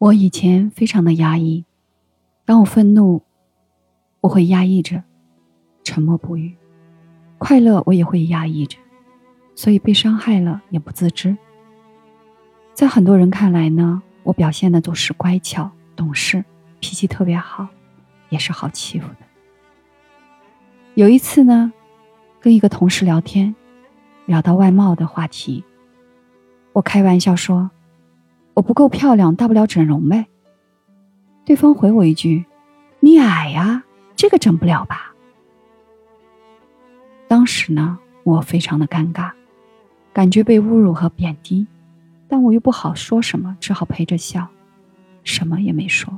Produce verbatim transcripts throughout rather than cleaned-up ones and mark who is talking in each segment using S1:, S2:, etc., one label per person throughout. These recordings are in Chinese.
S1: 我以前非常的压抑，当我愤怒，我会压抑着，沉默不语；快乐我也会压抑着，所以被伤害了也不自知。在很多人看来呢，我表现的总是乖巧、懂事，脾气特别好，也是好欺负的。有一次呢，跟一个同事聊天，聊到外貌的话题，我开玩笑说，我不够漂亮，大不了整容呗。对方回我一句，你矮呀，这个整不了吧。当时呢，我非常的尴尬，感觉被侮辱和贬低，但我又不好说什么，只好陪着笑，什么也没说。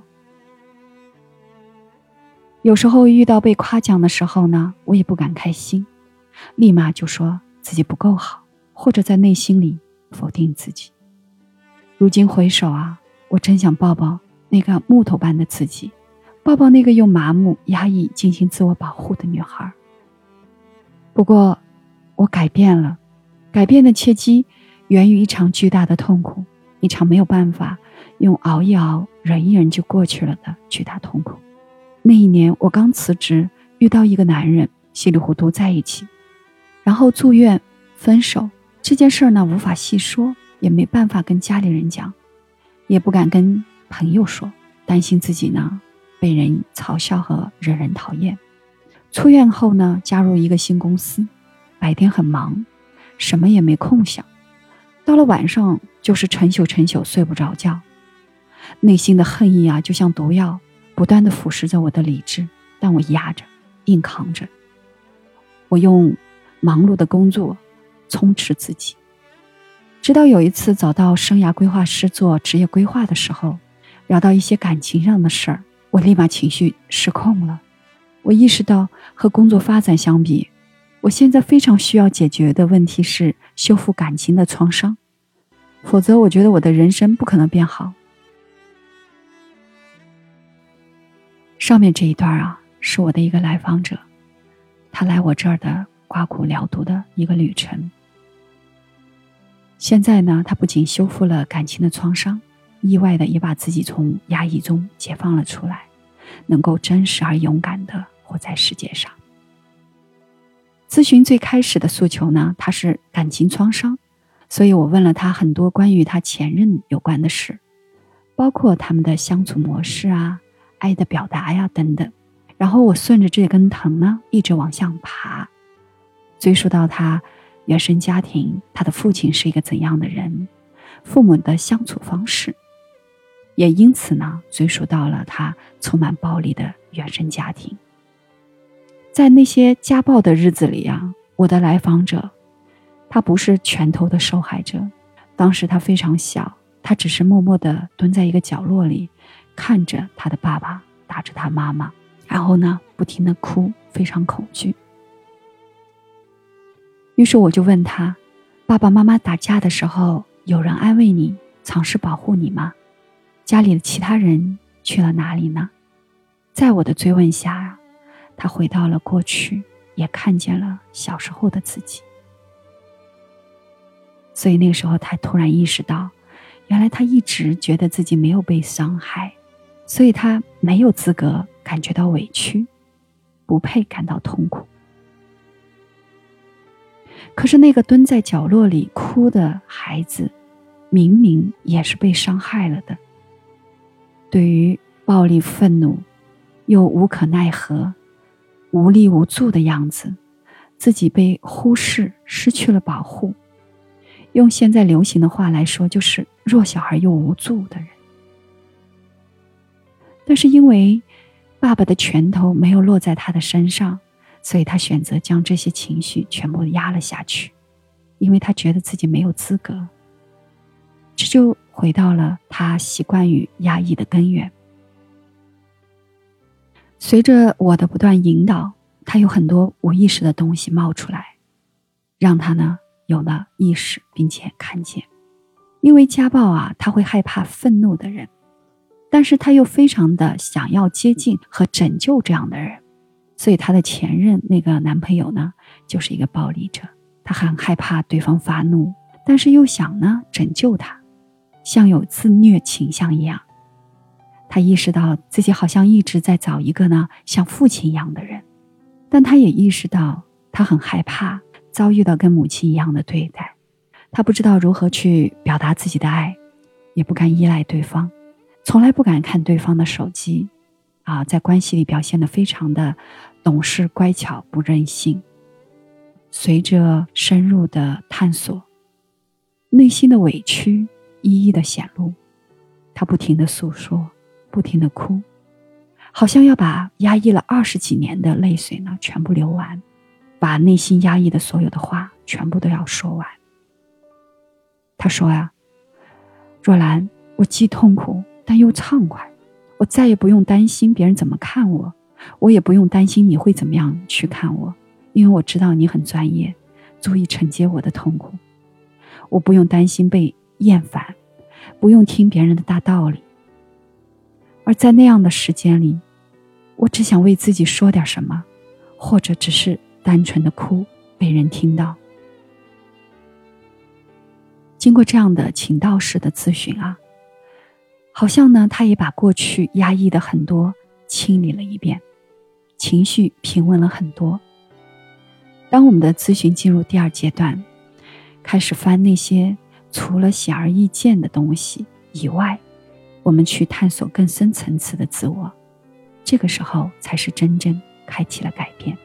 S1: 有时候遇到被夸奖的时候呢，我也不敢开心，立马就说自己不够好，或者在内心里否定自己。如今回首啊，我真想抱抱那个木头般的自己，抱抱那个用麻木、压抑进行自我保护的女孩。不过我改变了，改变的契机源于一场巨大的痛苦，一场没有办法用熬一熬、忍一忍就过去了的巨大痛苦。那一年我刚辞职，遇到一个男人，稀里糊涂在一起，然后住院分手。这件事呢，无法细说，也没办法跟家里人讲，也不敢跟朋友说，担心自己呢被人嘲笑和惹人讨厌。出院后呢，加入一个新公司，白天很忙，什么也没空想，到了晚上就是成宿成宿睡不着觉。内心的恨意啊，就像毒药，不断地腐蚀着我的理智，但我压着，硬扛着。我用忙碌的工作充斥自己。直到有一次找到生涯规划师做职业规划的时候，聊到一些感情上的事儿，我立马情绪失控了。我意识到和工作发展相比，我现在非常需要解决的问题是修复感情的创伤，否则我觉得我的人生不可能变好。上面这一段啊，是我的一个来访者，他来我这儿的刮骨疗毒的一个旅程。现在呢，他不仅修复了感情的创伤，意外的也把自己从压抑中解放了出来，能够真实而勇敢的活在世界上。咨询最开始的诉求呢，他是感情创伤，所以我问了他很多关于他前任有关的事，包括他们的相处模式啊、爱的表达呀等等。然后我顺着这根藤呢，一直往上爬，追溯到他原生家庭，他的父亲是一个怎样的人，父母的相处方式，也因此呢，追溯到了他充满暴力的原生家庭。在那些家暴的日子里啊，我的来访者，他不是拳头的受害者。当时他非常小，他只是默默地蹲在一个角落里，看着他的爸爸打着他妈妈，然后呢，不停地哭，非常恐惧。于是我就问他，爸爸妈妈打架的时候，有人安慰你，尝试保护你吗？家里的其他人去了哪里呢？在我的追问下啊，他回到了过去，也看见了小时候的自己。所以那个时候他突然意识到，原来他一直觉得自己没有被伤害，所以他没有资格感觉到委屈，不配感到痛苦。可是那个蹲在角落里哭的孩子，明明也是被伤害了的。对于暴力愤怒，又无可奈何、无力无助的样子，自己被忽视，失去了保护。用现在流行的话来说，就是弱小而又无助的人。但是因为爸爸的拳头没有落在他的身上，所以他选择将这些情绪全部压了下去，因为他觉得自己没有资格。这就回到了他习惯于压抑的根源。随着我的不断引导，他有很多无意识的东西冒出来，让他呢有了意识并且看见。因为家暴啊，他会害怕愤怒的人，但是他又非常的想要接近和拯救这样的人，所以他的前任那个男朋友呢，就是一个暴力者。他很害怕对方发怒，但是又想呢拯救他，像有自虐倾向一样， 他意识到自己好像一直在找一个呢像父亲一样的人，但他也意识到他很害怕遭遇到跟母亲一样的对待，他不知道如何去表达自己的爱，也不敢依赖对方，从来不敢看对方的手机啊，在关系里表现得非常的懂事乖巧不任性。随着深入的探索，内心的委屈一一的显露，他不停地诉说，不停地哭，好像要把压抑了二十几年的泪水呢全部流完，把内心压抑的所有的话全部都要说完。他说呀、啊，若兰，我既痛苦但又畅快，我再也不用担心别人怎么看我，我也不用担心你会怎么样去看我，因为我知道你很专业，足以承接我的痛苦。我不用担心被厌烦，不用听别人的大道理。而在那样的时间里，我只想为自己说点什么，或者只是单纯的哭，被人听到。经过这样的请道式的咨询啊，好像呢，他也把过去压抑的很多清理了一遍，情绪平稳了很多。当我们的咨询进入第二阶段，开始翻那些除了显而易见的东西以外，我们去探索更深层次的自我，这个时候才是真正开启了改变。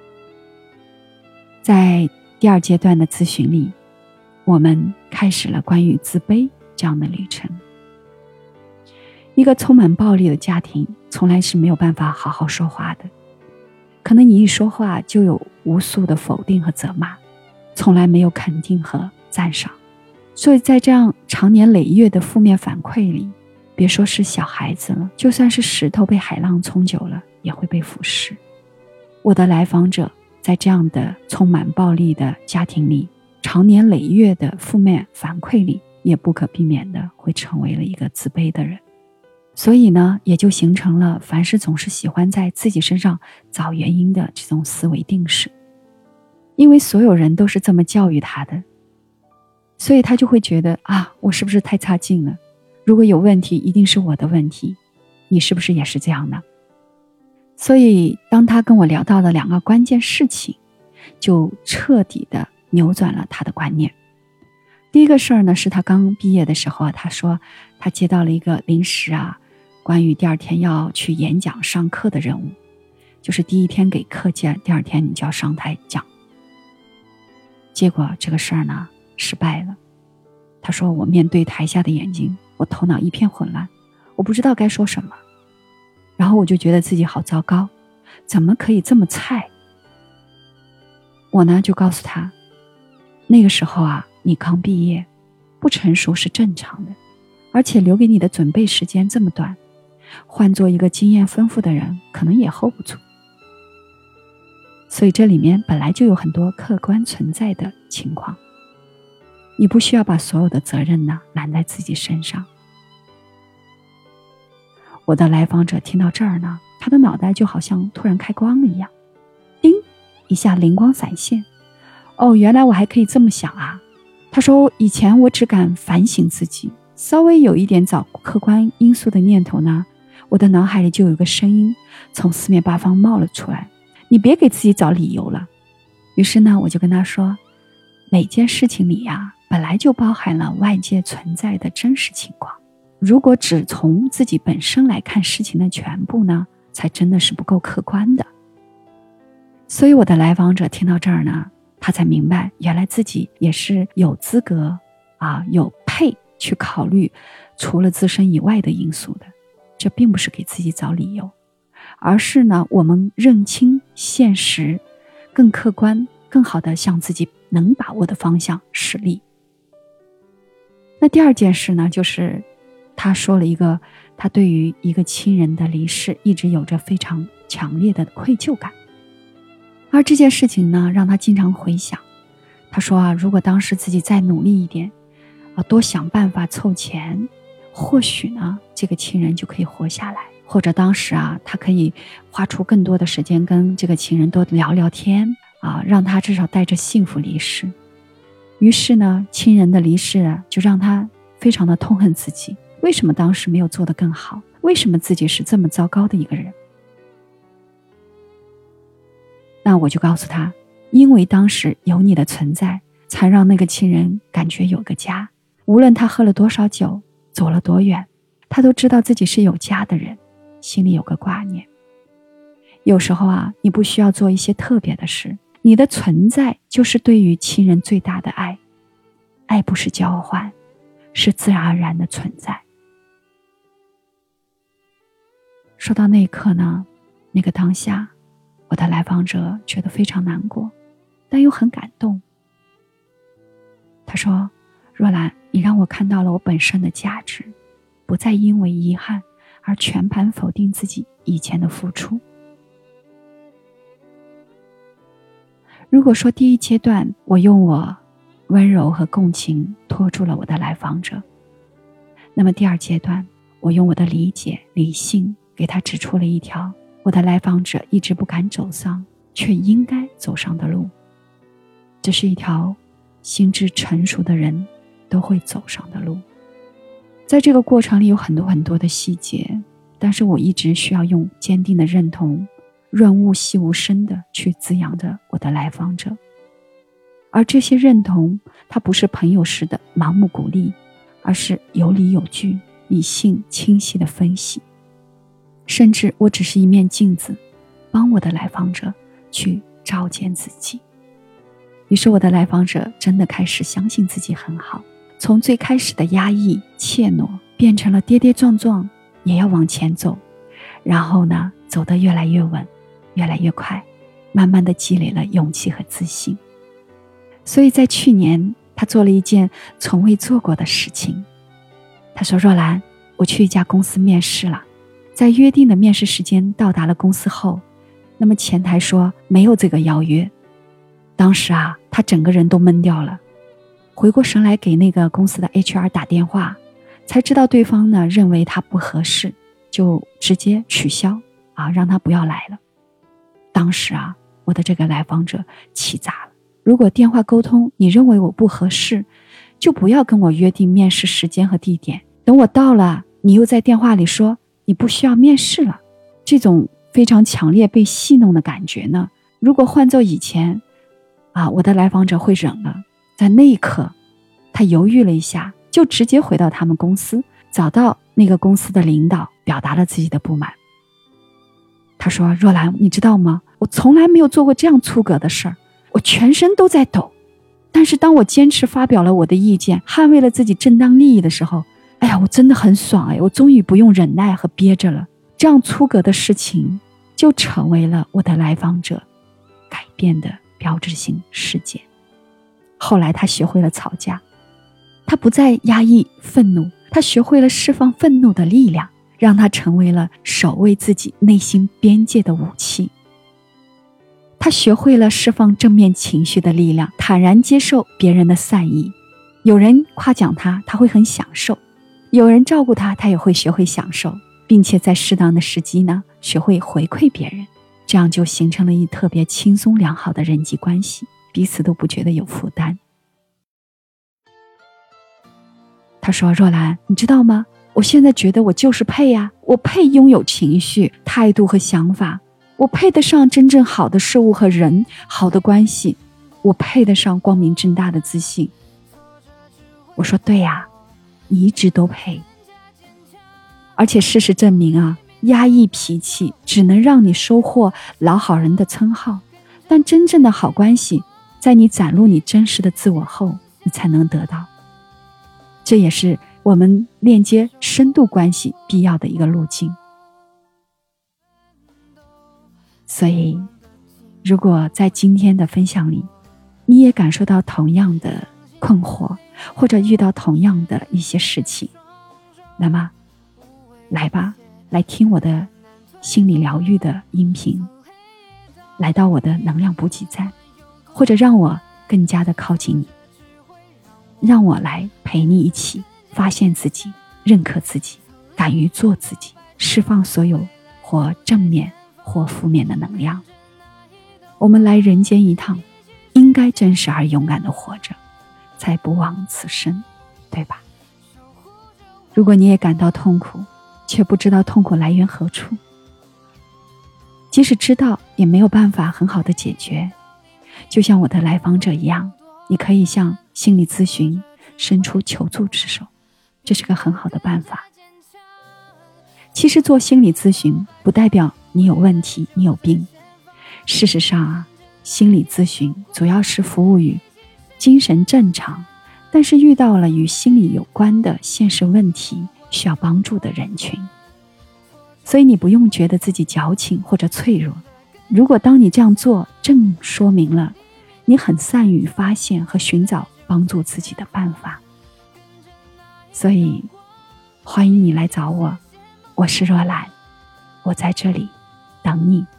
S1: 在第二阶段的咨询里，我们开始了关于自卑这样的旅程。一个充满暴力的家庭从来是没有办法好好说话的，可能你一说话就有无数的否定和责骂，从来没有肯定和赞赏。所以在这样长年累月的负面反馈里，别说是小孩子了，就算是石头被海浪冲久了也会被腐蚀。我的来访者在这样的充满暴力的家庭里，长年累月的负面反馈里，也不可避免的会成为了一个自卑的人。所以呢，也就形成了凡事总是喜欢在自己身上找原因的这种思维定式。因为所有人都是这么教育他的，所以他就会觉得啊，我是不是太差劲了？如果有问题，一定是我的问题。你是不是也是这样呢？所以当他跟我聊到了两个关键事情，就彻底的扭转了他的观念。第一个事儿呢，是他刚毕业的时候，他说他接到了一个临时啊，关于第二天要去演讲上课的任务，就是第一天给课件，第二天你就要上台讲。结果这个事儿呢失败了。他说我面对台下的眼睛，我头脑一片混乱，我不知道该说什么，然后我就觉得自己好糟糕，怎么可以这么菜？我呢就告诉他，那个时候啊，你刚毕业，不成熟是正常的，而且留给你的准备时间这么短，换做一个经验丰富的人，可能也 hold 不住。所以这里面本来就有很多客观存在的情况，你不需要把所有的责任呢揽在自己身上。我的来访者听到这儿呢，他的脑袋就好像突然开光了一样，叮一下灵光闪现，哦，原来我还可以这么想啊。他说以前我只敢反省自己，稍微有一点找客观因素的念头呢，我的脑海里就有个声音从四面八方冒了出来，你别给自己找理由了。于是呢，我就跟他说，每件事情里呀、啊，本来就包含了外界存在的真实情况，如果只从自己本身来看事情的全部呢，才真的是不够客观的。所以我的来访者听到这儿呢，他才明白原来自己也是有资格啊，有配去考虑除了自身以外的因素的。这并不是给自己找理由，而是呢，我们认清现实，更客观，更好的向自己能把握的方向使力。那第二件事呢，就是他说了一个他对于一个亲人的离世一直有着非常强烈的愧疚感，而这件事情呢，让他经常回想。他说啊，如果当时自己再努力一点啊，多想办法凑钱，或许呢，这个亲人就可以活下来，或者当时啊，他可以花出更多的时间跟这个亲人多聊聊天啊，让他至少带着幸福离世。于是呢，亲人的离世啊，就让他非常的痛恨自己，为什么当时没有做得更好？ 为什么自己是这么糟糕的一个人？那我就告诉他，因为当时有你的存在，才让那个亲人感觉有个家，无论他喝了多少酒，走了多远，他都知道自己是有家的人，心里有个挂念。有时候啊，你不需要做一些特别的事，你的存在就是对于亲人最大的爱。爱不是交换，是自然而然的存在。说到那一刻呢，那个当下，我的来访者觉得非常难过，但又很感动。他说，若兰，你让我看到了我本身的价值，不再因为遗憾而全盘否定自己以前的付出。如果说第一阶段我用我温柔和共情拖住了我的来访者，那么第二阶段我用我的理解理性给他指出了一条我的来访者一直不敢走上却应该走上的路。这是一条心智成熟的人都会走上的路。在这个过程里有很多很多的细节，但是我一直需要用坚定的认同，润物细无声的去滋养着我的来访者。而这些认同，它不是朋友式的盲目鼓励，而是有理有据、理性清晰的分析。甚至我只是一面镜子，帮我的来访者去照见自己。于是我的来访者真的开始相信自己很好，从最开始的压抑怯懦变成了跌跌撞撞也要往前走，然后呢，走得越来越稳，越来越快，慢慢的积累了勇气和自信。所以在去年他做了一件从未做过的事情。他说，若兰，我去一家公司面试了。在约定的面试时间到达了公司后，那么前台说没有这个邀约。当时啊，他整个人都闷掉了，回过神来给那个公司的 H R 打电话，才知道对方呢认为他不合适，就直接取消啊，让他不要来了。当时啊，我的这个来访者气炸了。如果电话沟通你认为我不合适，就不要跟我约定面试时间和地点，等我到了，你又在电话里说你不需要面试了。这种非常强烈被戏弄的感觉呢，如果换做以前啊，我的来访者会忍了。在那一刻他犹豫了一下，就直接回到他们公司，找到那个公司的领导，表达了自己的不满。他说，若兰，你知道吗，我从来没有做过这样粗格的事儿，我全身都在抖。但是当我坚持发表了我的意见，捍卫了自己正当利益的时候，哎呀，我真的很爽哎！我终于不用忍耐和憋着了。这样粗格的事情就成为了我的来访者改变的标志性事件。后来他学会了吵架，他不再压抑愤怒，他学会了释放愤怒的力量，让他成为了守卫自己内心边界的武器。他学会了释放正面情绪的力量，坦然接受别人的善意。有人夸奖他，他会很享受；有人照顾他，他也会学会享受，并且在适当的时机呢，学会回馈别人。这样就形成了一特别轻松良好的人际关系，彼此都不觉得有负担。他说，若兰，你知道吗？我现在觉得我就是配呀、啊，我配拥有情绪、态度和想法，我配得上真正好的事物和人，好的关系，我配得上光明正大的自信。我说，对呀、啊，你一直都配。而且事实证明啊，压抑脾气只能让你收获老好人的称号，但真正的好关系，在你展露你真实的自我后，你才能得到。这也是我们链接深度关系必要的一个路径。所以，如果在今天的分享里，你也感受到同样的困惑，或者遇到同样的一些事情，那么来吧，来听我的心理疗愈的音频，来到我的能量补给站，或者让我更加的靠近你，让我来陪你一起发现自己，认可自己，敢于做自己，释放所有或正面或负面的能量。我们来人间一趟，应该真实而勇敢地活着，才不枉此生，对吧？如果你也感到痛苦， 却不知道痛苦来源何处。即使知道，也没有办法很好的解决。就像我的来访者一样，你可以向心理咨询伸出求助之手，这是个很好的办法。其实做心理咨询不代表你有问题，你有病。事实上啊，心理咨询主要是服务于精神正常，但是遇到了与心理有关的现实问题需要帮助的人群。所以你不用觉得自己矫情或者脆弱，如果当你这样做，正说明了你很善于发现和寻找帮助自己的办法。所以欢迎你来找我，我是若兰，我在这里等你。